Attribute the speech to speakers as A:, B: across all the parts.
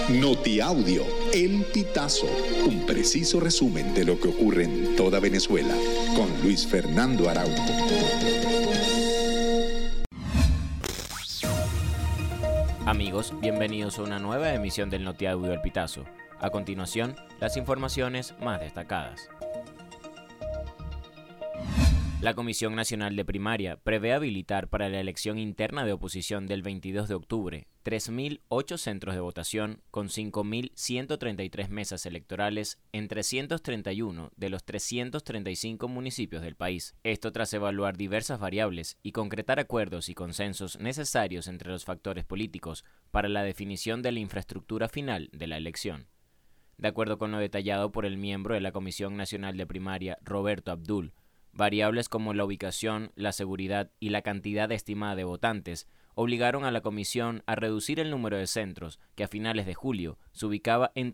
A: Notiaudio, El Pitazo, un preciso resumen de lo que ocurre en toda Venezuela, con Luis Fernando Araújo.
B: Amigos, bienvenidos a una nueva emisión del Notiaudio El Pitazo. A continuación, las informaciones más destacadas. La Comisión Nacional de Primaria prevé habilitar para la elección interna de oposición del 22 de octubre 3.008 centros de votación con 5.133 mesas electorales en 331 de los 335 municipios del país. Esto tras evaluar diversas variables y concretar acuerdos y consensos necesarios entre los factores políticos para la definición de la infraestructura final de la elección. De acuerdo con lo detallado por el miembro de la Comisión Nacional de Primaria, Roberto Abdul, variables como la ubicación, la seguridad y la cantidad estimada de votantes obligaron a la comisión a reducir el número de centros, que a finales de julio se ubicaba en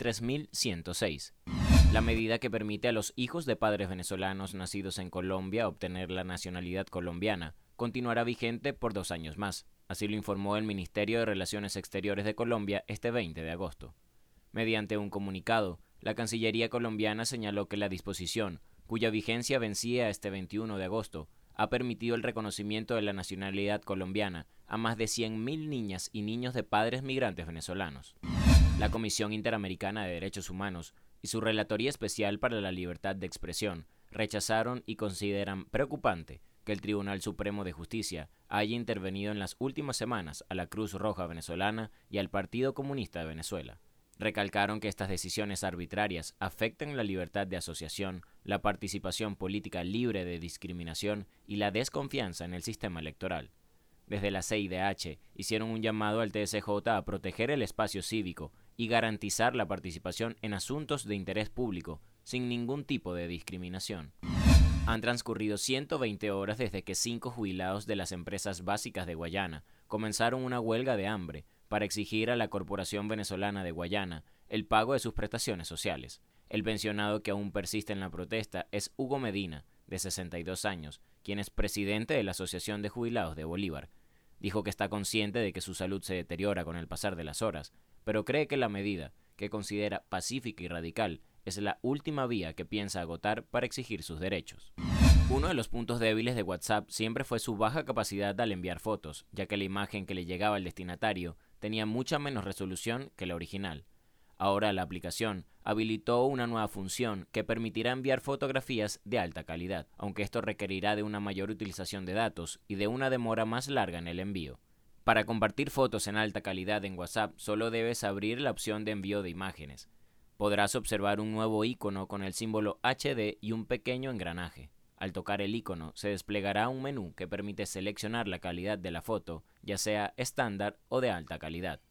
B: 3.106. La medida que permite a los hijos de padres venezolanos nacidos en Colombia obtener la nacionalidad colombiana continuará vigente por 2 años más. Así lo informó el Ministerio de Relaciones Exteriores de Colombia este 20 de agosto. Mediante un comunicado, la Cancillería colombiana señaló que la disposición, cuya vigencia vencía este 21 de agosto, ha permitido el reconocimiento de la nacionalidad colombiana a más de 100.000 niñas y niños de padres migrantes venezolanos. La Comisión Interamericana de Derechos Humanos y su Relatoría Especial para la Libertad de Expresión rechazaron y consideran preocupante que el Tribunal Supremo de Justicia haya intervenido en las últimas semanas a la Cruz Roja venezolana y al Partido Comunista de Venezuela. Recalcaron que estas decisiones arbitrarias afectan la libertad de asociación, la participación política libre de discriminación y la desconfianza en el sistema electoral. Desde la CIDH hicieron un llamado al TSJ a proteger el espacio cívico y garantizar la participación en asuntos de interés público sin ningún tipo de discriminación. Han transcurrido 120 horas desde que 5 jubilados de las empresas básicas de Guayana comenzaron una huelga de hambre para exigir a la Corporación Venezolana de Guayana el pago de sus prestaciones sociales. El pensionado que aún persiste en la protesta es Hugo Medina, de 62 años, quien es presidente de la Asociación de Jubilados de Bolívar. Dijo que está consciente de que su salud se deteriora con el pasar de las horas, pero cree que la medida, que considera pacífica y radical, es la última vía que piensa agotar para exigir sus derechos. Uno de los puntos débiles de WhatsApp siempre fue su baja capacidad al enviar fotos, ya que la imagen que le llegaba al destinatario tenía mucha menos resolución que la original. Ahora la aplicación habilitó una nueva función que permitirá enviar fotografías de alta calidad, aunque esto requerirá de una mayor utilización de datos y de una demora más larga en el envío. Para compartir fotos en alta calidad en WhatsApp solo debes abrir la opción de envío de imágenes. Podrás observar un nuevo icono con el símbolo HD y un pequeño engranaje. Al tocar el icono, se desplegará un menú que permite seleccionar la calidad de la foto, ya sea estándar o de alta calidad.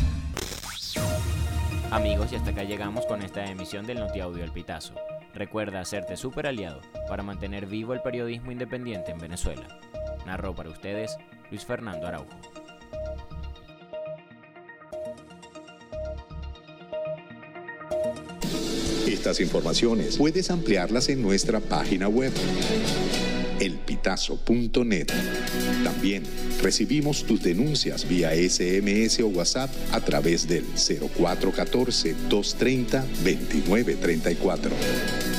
B: Amigos, y hasta acá llegamos con esta emisión del Notiaudio El Pitazo. Recuerda hacerte súper aliado para mantener vivo el periodismo independiente en Venezuela. Narró para ustedes Luis Fernando Araújo.
A: Estas informaciones puedes ampliarlas en nuestra página web, elpitazo.net. También recibimos tus denuncias vía SMS o WhatsApp a través del 0414-230-2934.